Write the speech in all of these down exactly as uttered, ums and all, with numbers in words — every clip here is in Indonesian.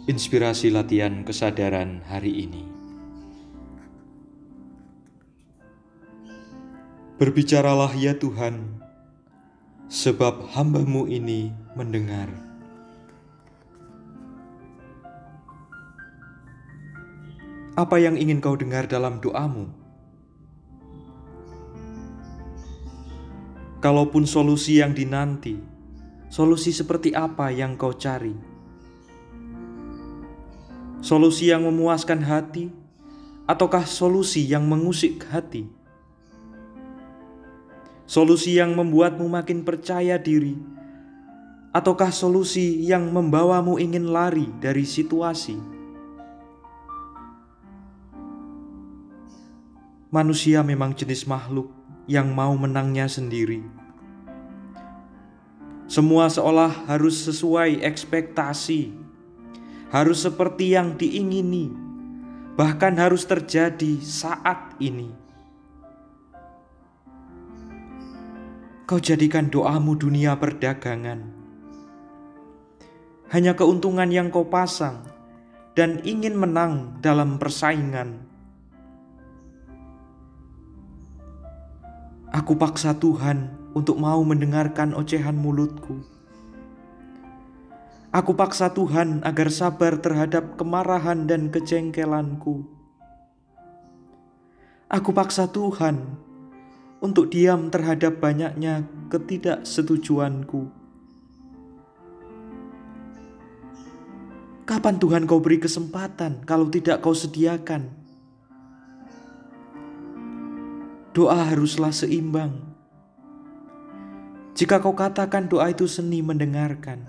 Inspirasi latihan kesadaran hari ini. Berbicaralah ya Tuhan, sebab hamba-Mu ini mendengar. Apa yang ingin kau dengar dalam doamu? Kalaupun solusi yang dinanti, solusi seperti apa yang kau cari? Solusi yang memuaskan hati, ataukah solusi yang mengusik hati? Solusi yang membuatmu makin percaya diri, ataukah solusi yang membawamu ingin lari dari situasi? Manusia memang jenis makhluk yang mau menangnya sendiri. Semua seolah harus sesuai ekspektasi, harus seperti yang diingini, bahkan harus terjadi saat ini. Kau jadikan doamu dunia perdagangan. Hanya keuntungan yang kau pasang dan ingin menang dalam persaingan. Aku paksa Tuhan untuk mau mendengarkan ocehan mulutku. Aku paksa Tuhan agar sabar terhadap kemarahan dan kejengkelanku. Aku paksa Tuhan untuk diam terhadap banyaknya ketidaksetujuanku. Kapan Tuhan kau beri kesempatan kalau tidak kau sediakan? Doa haruslah seimbang. Jika kau katakan doa itu seni mendengarkan,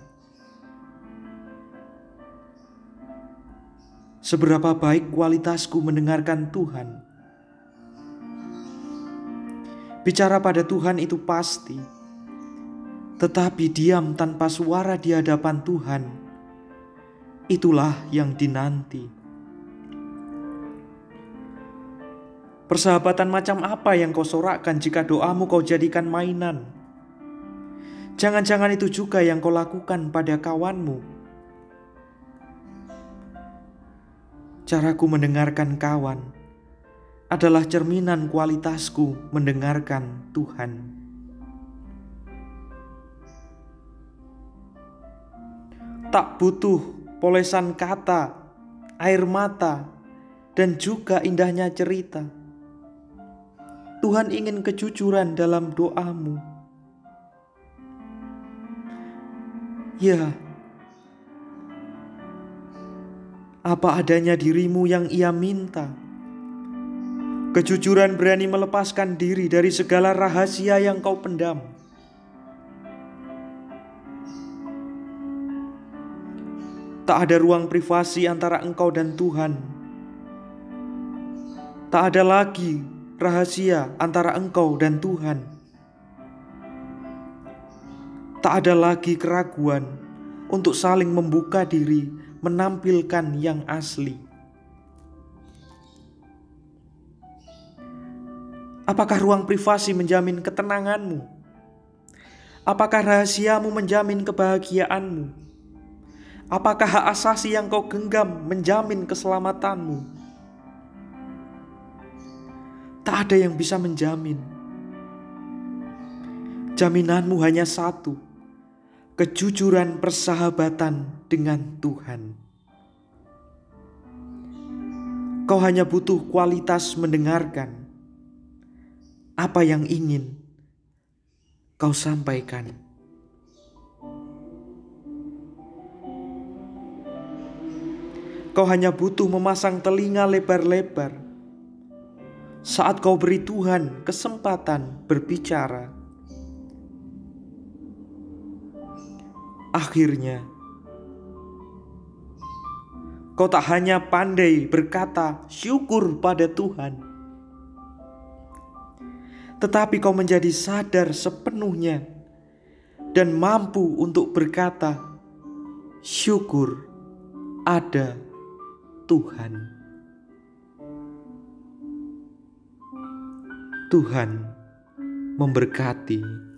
seberapa baik kualitasku mendengarkan Tuhan? Bicara pada Tuhan itu pasti, tetapi diam tanpa suara di hadapan Tuhan, itulah yang dinanti. Persahabatan macam apa yang kau sorakkan jika doamu kau jadikan mainan? Jangan-jangan itu juga yang kau lakukan pada kawanmu. Caraku mendengarkan kawan adalah cerminan kualitasku mendengarkan Tuhan. Tak butuh polesan kata, air mata, dan juga indahnya cerita. Tuhan ingin kejujuran dalam doamu. Ya, apa adanya dirimu yang Ia minta. Kejujuran berani melepaskan diri dari segala rahasia yang kau pendam. Tak ada ruang privasi antara engkau dan Tuhan. Tak ada lagi rahasia antara engkau dan Tuhan. Tak ada lagi keraguan untuk saling membuka diri, menampilkan yang asli. Apakah ruang privasi menjamin ketenanganmu? Apakah rahasiamu menjamin kebahagiaanmu? Apakah hak asasi yang kau genggam menjamin keselamatanmu? Tak ada yang bisa menjamin. Jaminanmu hanya satu, kejujuran persahabatan dengan Tuhan. Kau hanya butuh kualitas mendengarkan apa yang ingin kau sampaikan. Kau hanya butuh memasang telinga lebar-lebar saat kau beri Tuhan kesempatan berbicara. Akhirnya, kau tak hanya pandai berkata syukur pada Tuhan, tetapi kau menjadi sadar sepenuhnya dan mampu untuk berkata syukur ada Tuhan. Tuhan memberkati.